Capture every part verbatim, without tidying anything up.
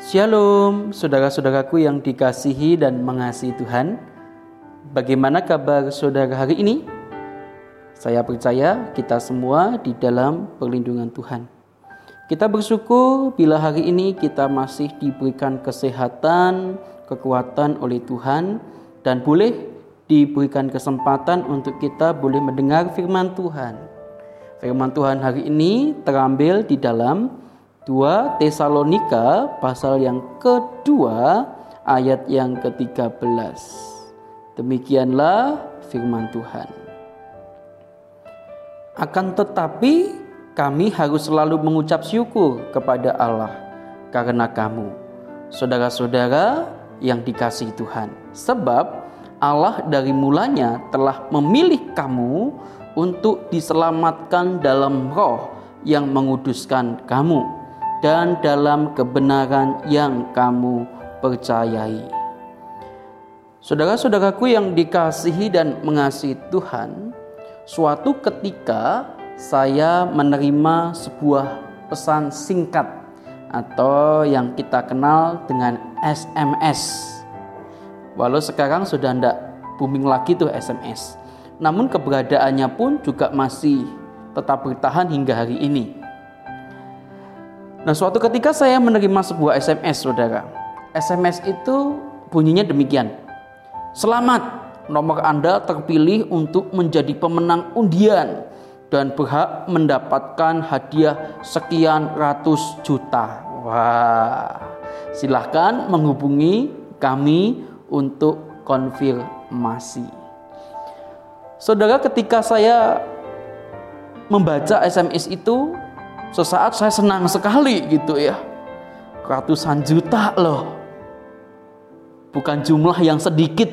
Shalom, saudara-saudaraku yang dikasihi dan mengasihi Tuhan. Bagaimana kabar saudara hari ini? Saya percaya kita semua di dalam perlindungan Tuhan. Kita bersyukur bila hari ini kita masih diberikan kesehatan, kekuatan oleh Tuhan, dan boleh diberikan kesempatan untuk kita boleh mendengar firman Tuhan. Firman Tuhan hari ini terambil di dalam dua Tesalonika pasal yang kedua ayat yang ketiga belas. Demikianlah firman Tuhan. Akan tetapi kami harus selalu mengucap syukur kepada Allah karena kamu, saudara-saudara yang dikasihi Tuhan. Sebab Allah dari mulanya telah memilih kamu untuk diselamatkan dalam roh yang menguduskan kamu dan dalam kebenaran yang kamu percayai. Saudara-saudaraku yang dikasihi dan mengasihi Tuhan, suatu ketika saya menerima sebuah pesan singkat atau yang kita kenal dengan S M S. Walau sekarang sudah tidak booming lagi tuh S M S. Namun keberadaannya pun juga masih tetap bertahan hingga hari ini. Nah, suatu ketika saya menerima sebuah S M S, saudara. S M S itu bunyinya demikian. Selamat, nomor Anda terpilih untuk menjadi pemenang undian dan berhak mendapatkan hadiah sekian ratus juta. Wah, silahkan menghubungi kami untuk konfirmasi. Saudara, ketika saya membaca S M S itu, sesaat saya senang sekali gitu ya. Ratusan juta loh. Bukan jumlah yang sedikit.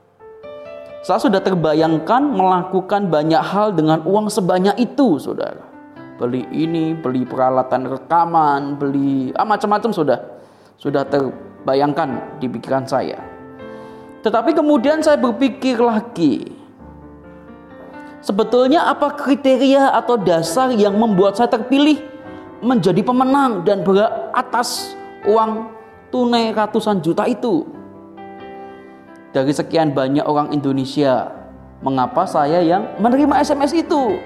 Saya sudah terbayangkan melakukan banyak hal dengan uang sebanyak itu, saudara. Beli ini, beli peralatan rekaman, beli ah, macam-macam sudah. Sudah terbayangkan di pikiran saya. Tetapi kemudian saya berpikir lagi. Sebetulnya apa kriteria atau dasar yang membuat saya terpilih menjadi pemenang dan berhak atas uang tunai ratusan juta itu? Dari sekian banyak orang Indonesia, mengapa saya yang menerima S M S itu?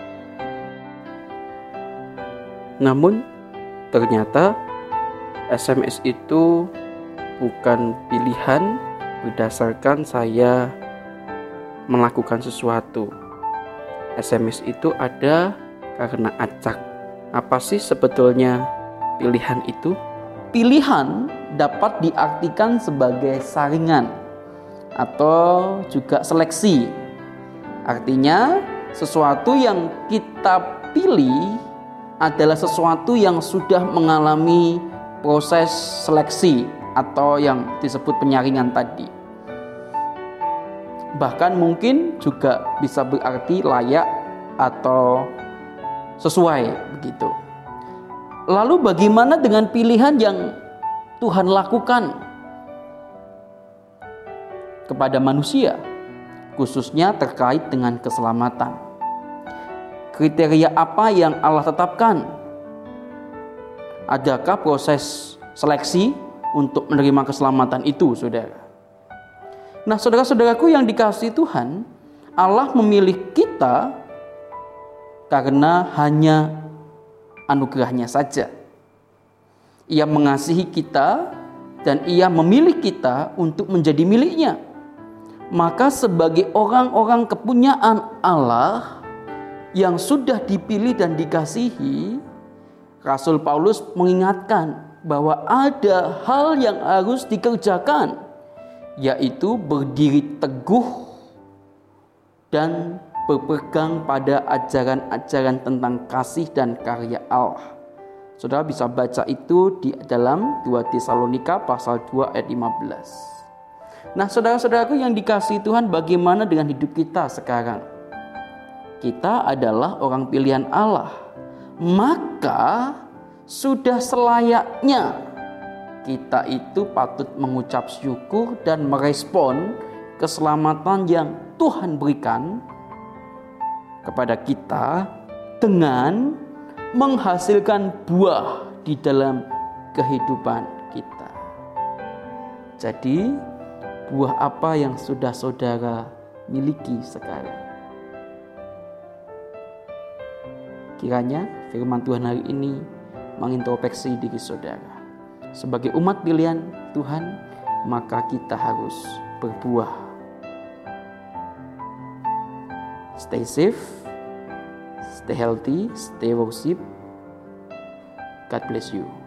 Namun ternyata S M S itu bukan pilihan berdasarkan saya melakukan sesuatu. S M S itu ada karena acak. Apa sih sebetulnya pilihan itu? Pilihan dapat diartikan sebagai saringan atau juga seleksi. Artinya sesuatu yang kita pilih adalah sesuatu yang sudah mengalami proses seleksi atau yang disebut penyaringan tadi. Bahkan mungkin juga bisa berarti layak atau sesuai begitu. Lalu bagaimana dengan pilihan yang Tuhan lakukan kepada manusia, khususnya terkait dengan keselamatan? Kriteria apa yang Allah tetapkan? Adakah proses seleksi untuk menerima keselamatan itu, saudara? Nah, saudara-saudaraku yang dikasihi Tuhan, Allah memilih kita karena hanya anugerahnya saja. Ia mengasihi kita dan Ia memilih kita untuk menjadi miliknya. Maka sebagai orang-orang kepunyaan Allah yang sudah dipilih dan dikasihi, Rasul Paulus mengingatkan bahwa ada hal yang harus dikerjakan, yaitu berdiri teguh dan berpegang pada ajaran-ajaran tentang kasih dan karya Allah. Saudara bisa baca itu di dalam dua Tesalonika pasal dua ayat lima belas. Nah, saudara-saudaraku yang dikasihi Tuhan, bagaimana dengan hidup kita sekarang? Kita adalah orang pilihan Allah. Maka sudah selayaknya kita itu patut mengucap syukur dan merespon keselamatan yang Tuhan berikan kepada kita dengan menghasilkan buah di dalam kehidupan kita. Jadi, buah apa yang sudah saudara miliki sekarang? Kiranya firman Tuhan hari ini mengintrospeksi diri saudara. Sebagai umat pilihan Tuhan, maka kita harus berbuah. Stay safe, stay healthy, stay worship. God bless you.